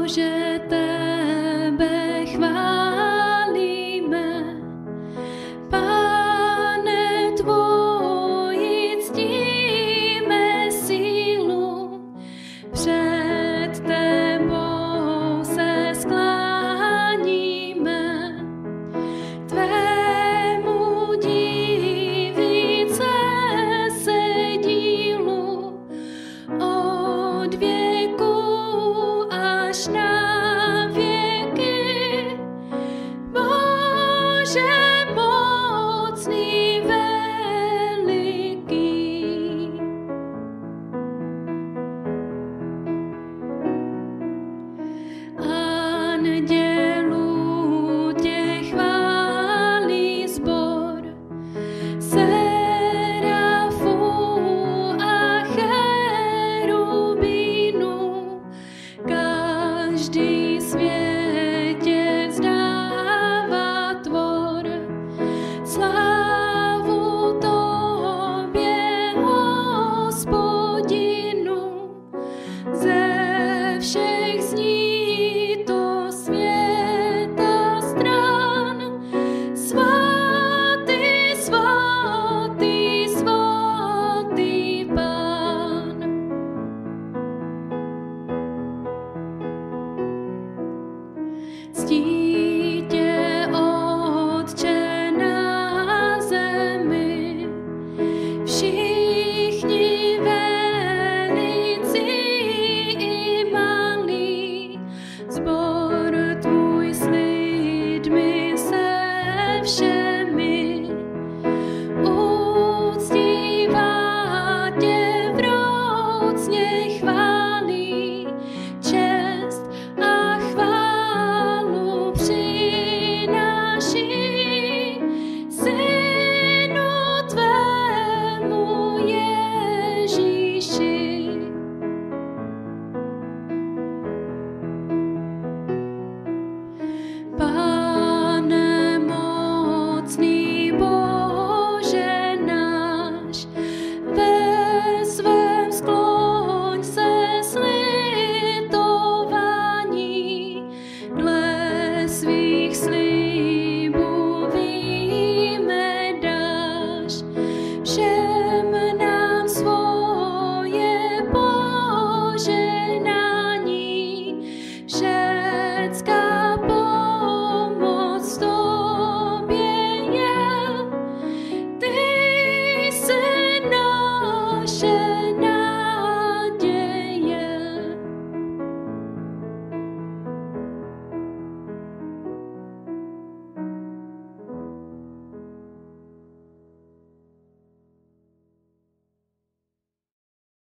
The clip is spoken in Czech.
Bože, tebe chválíme, Pane, tvoji ctíme sílu, před tebou se skláníme, tvému divíce se dílu, od věku až na věky. Bože mocný, veliký. Andělů tě chválí sbor, serafů a cherubínů, každý světě vzdává tvor. Slávu tobě, Hospodinu, ze všech zní to světa stran. Svatý, svatý, svatý Pán. Ctí tě, Otče, na zemi, všichni velicí i malí, sbor tvůj s lidmi se všemi.